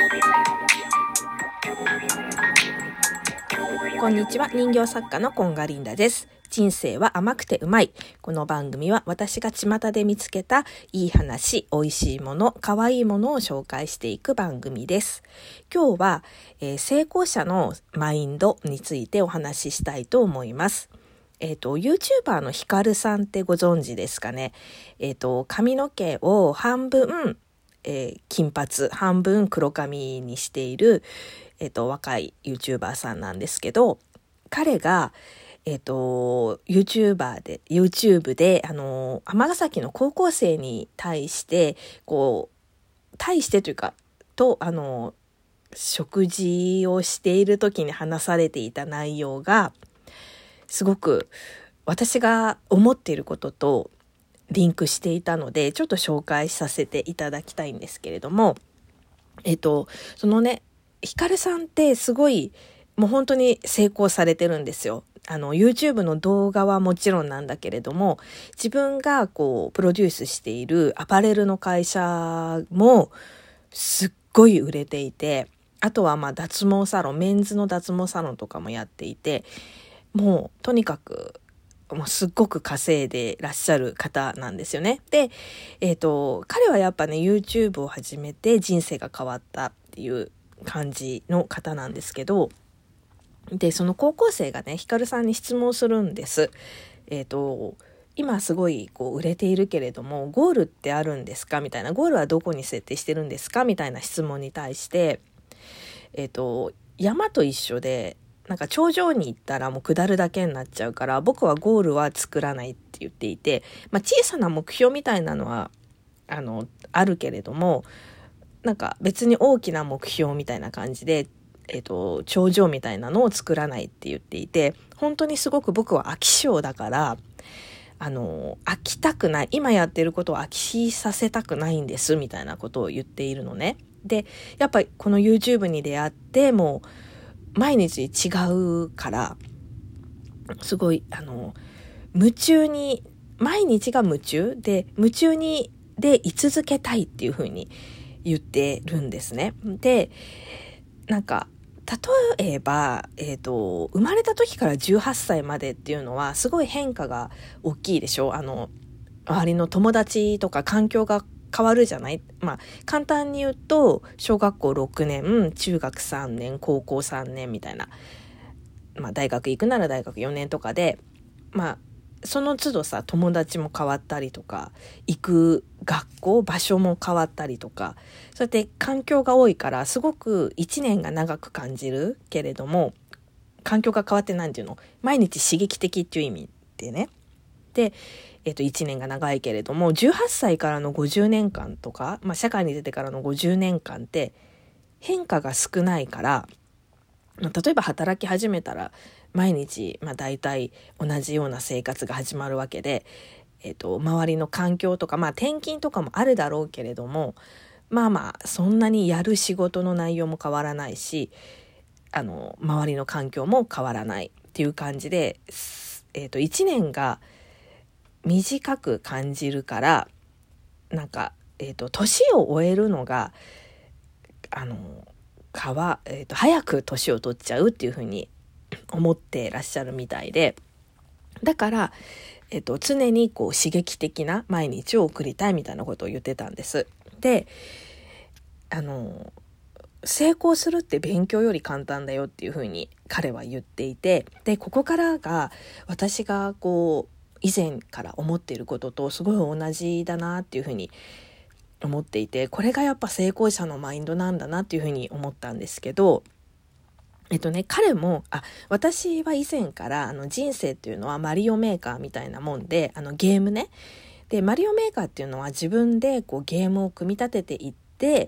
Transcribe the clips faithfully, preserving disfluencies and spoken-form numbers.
こんにちは、人形作家のコンガリンダです。人生は甘くてうまい。この番組は私が巷で見つけたいい話、美味しいもの、可愛いものを紹介していく番組です。今日は、えー、成功者のマインドについてお話ししたいと思います。えっと、YouTuber のヒカルさんってご存知ですかね。えっと、髪の毛を半分、えー、金髪、半分黒髪にしている、えっと、若い YouTuber さんなんですけど、彼が、えっと、YouTuber で、YouTube で、あの、尼崎の高校生に対して、こう、対してというか、と、あの、食事をしている時に話されていた内容が、すごく私が思っていることとリンクしていたので、ちょっと紹介させていただきたいんですけれども、えっと、そのね、ヒカルさんってすごい、もう本当に成功されてるんですよ。あの、YouTube の動画はもちろんなんだけれども、自分がこう、プロデュースしているアパレルの会社も、すっごい売れていて、あとはまあ脱毛サロン、メンズの脱毛サロンとかもやっていて、もうとにかくもうすっごく稼いでらっしゃる方なんですよね。で、えっと、彼はやっぱね、YouTube を始めて人生が変わったっていう感じの方なんですけど、で、その高校生がね、ヒカルさんに質問するんです。えっと、今すごいこう売れているけれども、ゴールってあるんですかみたいな、ゴールはどこに設定してるんですかみたいな質問に対して、えっと、山と一緒で、なんか頂上に行ったらもう下るだけになっちゃうから、僕はゴールは作らないって言っていて、まあ小さな目標みたいなのは、あの、あるけれども、なんか別に大きな目標みたいな感じで、えっと、頂上みたいなのを作らないって言っていて、本当にすごく僕は飽き性だから、あの、飽きたくない、今やってることを飽きさせたくないんです、みたいなことを言っているのね。で、やっぱりこの YouTube に出会って、もう、毎日違うから、すごい、あの、夢中に、毎日が夢中で、夢中に、で居続けたいっていう風に言ってるんですね。で、なんか、例えば、えっと、生まれた時からじゅうはっさいまでっていうのは、すごい変化が大きいでしょ。あの、周りの友達とか環境が変わるじゃない。まあ、簡単に言うと、小学校ろくねん、中学さんねん、高校さんねんみたいな。まあ、大学行くなら大学よねんとかで、まあ、その都度さ、友達も変わったりとか、行く学校、場所も変わったりとか、そうやって環境が多いから、すごくいちねんが長く感じるけれども、環境が変わってなんていうの、毎日刺激的っていう意味でね。で、えっと、いちねんが長いけれども、じゅうはっさいからのごじゅうねんかんとか、まあ、社会に出てからのごじゅうねんかんって変化が少ないから、まあ、例えば働き始めたら毎日、まあ、大体同じような生活が始まるわけで、えっと、周りの環境とか、まあ、転勤とかもあるだろうけれども、まあまあ、そんなにやる仕事の内容も変わらないし、あの、周りの環境も変わらないっていう感じで、えっと、いちねんが短く感じるから、なんか、えっと、年を終えるのが、あの、かわ、えっと、早く年を取っちゃうっていうふうに思ってらっしゃるみたいで、だから、えっと、常にこう刺激的な毎日を送りたいみたいなことを言ってたんです。で、あの、成功するって勉強より簡単だよっていうふうに彼は言っていて、で、ここからが私がこう、以前から思っていることとすごい同じだなっていうふうに思っていて、これがやっぱ成功者のマインドなんだなっていうふうに思ったんですけど、えっとね、彼も、あ、私は以前からあの人生っていうのはマリオメーカーみたいなもんで、あのゲームね。で、マリオメーカーっていうのは自分でこうゲームを組み立てていって、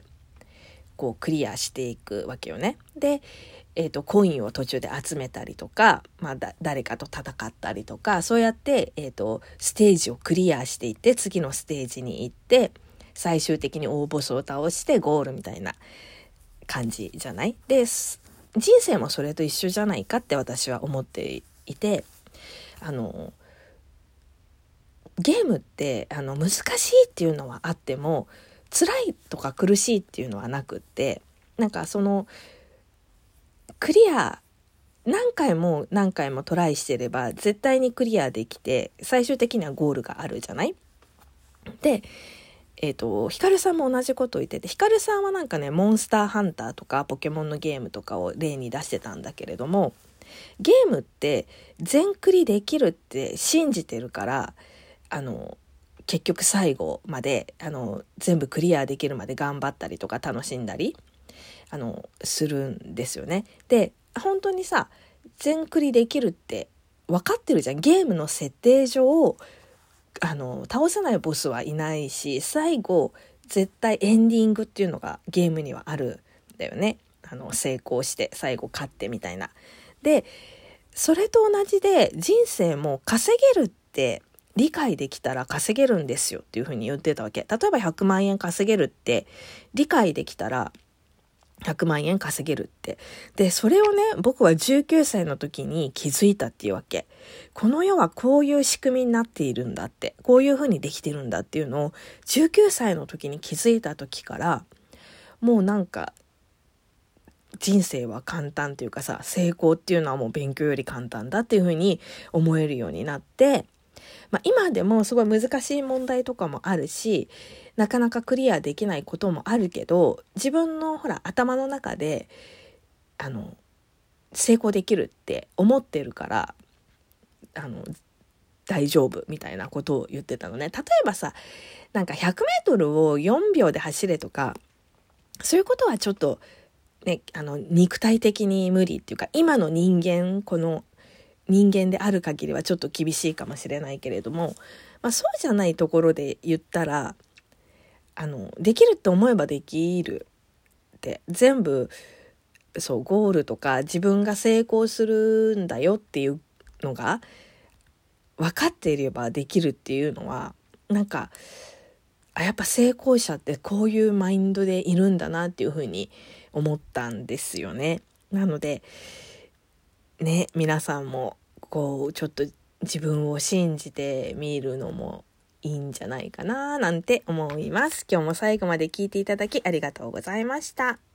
こうクリアしていくわけよね。で、えっと、コインを途中で集めたりとか、まあ、だ誰かと戦ったりとか、そうやって、えっと、ステージをクリアしていって、次のステージに行って、最終的に大ボスを倒してゴールみたいな感じじゃない？で、人生もそれと一緒じゃないかって私は思っていて、あの、ゲームってあの難しいっていうのはあっても、辛いとか苦しいっていうのはなくって、 なんかそのクリア何回も何回もトライしてれば絶対にクリアできて、最終的にはゴールがあるじゃない。で、えっと、ヒカルさんも同じことを言ってて、ヒカルさんはなんかね、モンスターハンターとかポケモンのゲームとかを例に出してたんだけれども、ゲームって全クリできるって信じてるから、あの、結局最後まで、あの、全部クリアできるまで頑張ったりとか楽しんだり、あの、するんですよね。で、本当にさ、全クリできるって分かってるじゃん。ゲームの設定上、あの倒せないボスはいないし、最後絶対エンディングっていうのがゲームにはあるんだよね。あの成功して最後勝ってみたいな。で、それと同じで人生も稼げるって理解できたら稼げるんですよっていうふうに言ってたわけ。例えばひゃくまんえん稼げるって理解できたらひゃくまんえん稼げるって。で、それをね、僕はじゅうきゅうさいの時に気づいたっていうわけ。この世はこういう仕組みになっているんだって、こういう風にできてるんだっていうのをじゅうきゅうさいの時に気づいた時から、もうなんか人生は簡単っていうかさ、成功っていうのはもう勉強より簡単だっていう風に思えるようになって、まあ、今でもすごい難しい問題とかもあるし、なかなかクリアできないこともあるけど、自分のほら頭の中であの成功できるって思ってるから、あの大丈夫みたいなことを言ってたのね。例えばさ、なんかひゃくメートルをよんびょうで走れとか、そういうことはちょっとね、あの肉体的に無理っていうか、今の人間、この人間である限りはちょっと厳しいかもしれないけれども、まあ、そうじゃないところで言ったら、あのできるって思えばできるって、全部そうゴールとか自分が成功するんだよっていうのが分かっていればできるっていうのは、なんかあやっぱ成功者ってこういうマインドでいるんだなっていうふうに思ったんですよね。なのでね、皆さんもこうちょっと自分を信じてみるのもいいんじゃないかななんて思います。今日も最後まで聞いていただきありがとうございました。